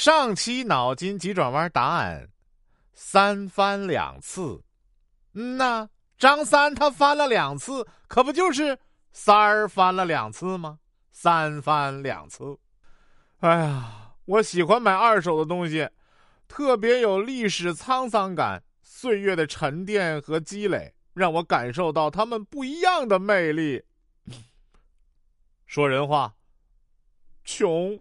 上期脑筋急转弯答案：3翻2次。那张三他翻了2次，可不就是三儿翻了2次吗？3翻2次。哎呀，我喜欢买二手的东西，特别有历史沧桑感，岁月的沉淀和积累，让我感受到他们不一样的魅力。说人话，穷。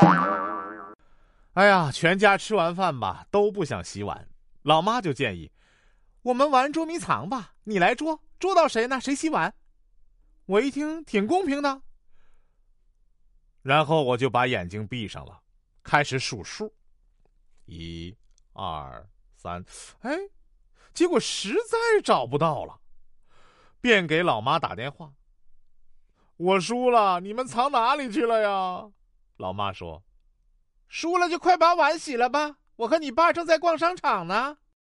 哎呀，全家吃完饭吧，都不想洗碗。老妈就建议，我们玩捉迷藏吧，你来捉，捉到谁呢，谁洗碗。我一听挺公平的，然后我就把眼睛闭上了，开始数数，1、2、3，哎，结果实在找不到了，便给老妈打电话。我输了，你们藏哪里去了呀？老妈说，输了就快把碗洗了吧，我和你爸正在逛商场呢。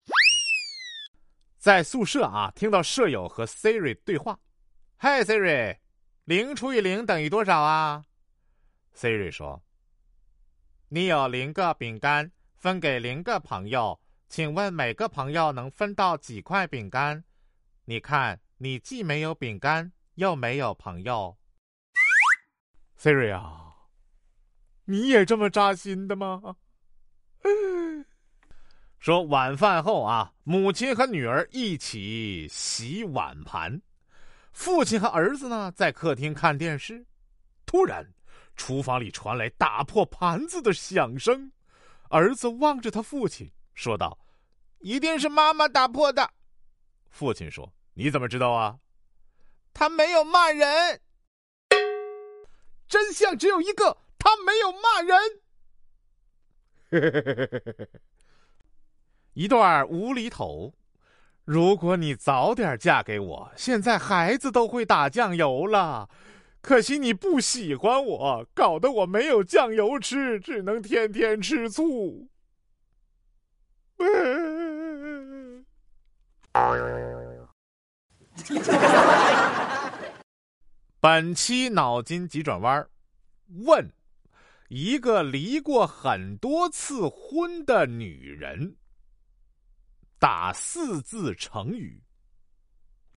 在宿舍啊，听到舍友和 Siri 对话。嗨 Siri， 0除以0等于多少啊？ Siri 说，你有0个饼干，分给0个朋友，请问每个朋友能分到几块饼干？你看，你既没有饼干，又没有朋友。Siri 啊，你也这么扎心的吗？说晚饭后啊，母亲和女儿一起洗碗盘，父亲和儿子呢在客厅看电视。突然，厨房里传来打破盘子的响声，儿子望着他父亲说道：“一定是妈妈打破的。”父亲说：“你怎么知道啊？”他没有骂人。真相只有一个，他没有骂人。一段无厘头。如果你早点嫁给我，现在孩子都会打酱油了。可惜你不喜欢我，搞得我没有酱油吃，只能天天吃醋。本期脑筋急转弯问：一个离过很多次婚的女人，打4字成语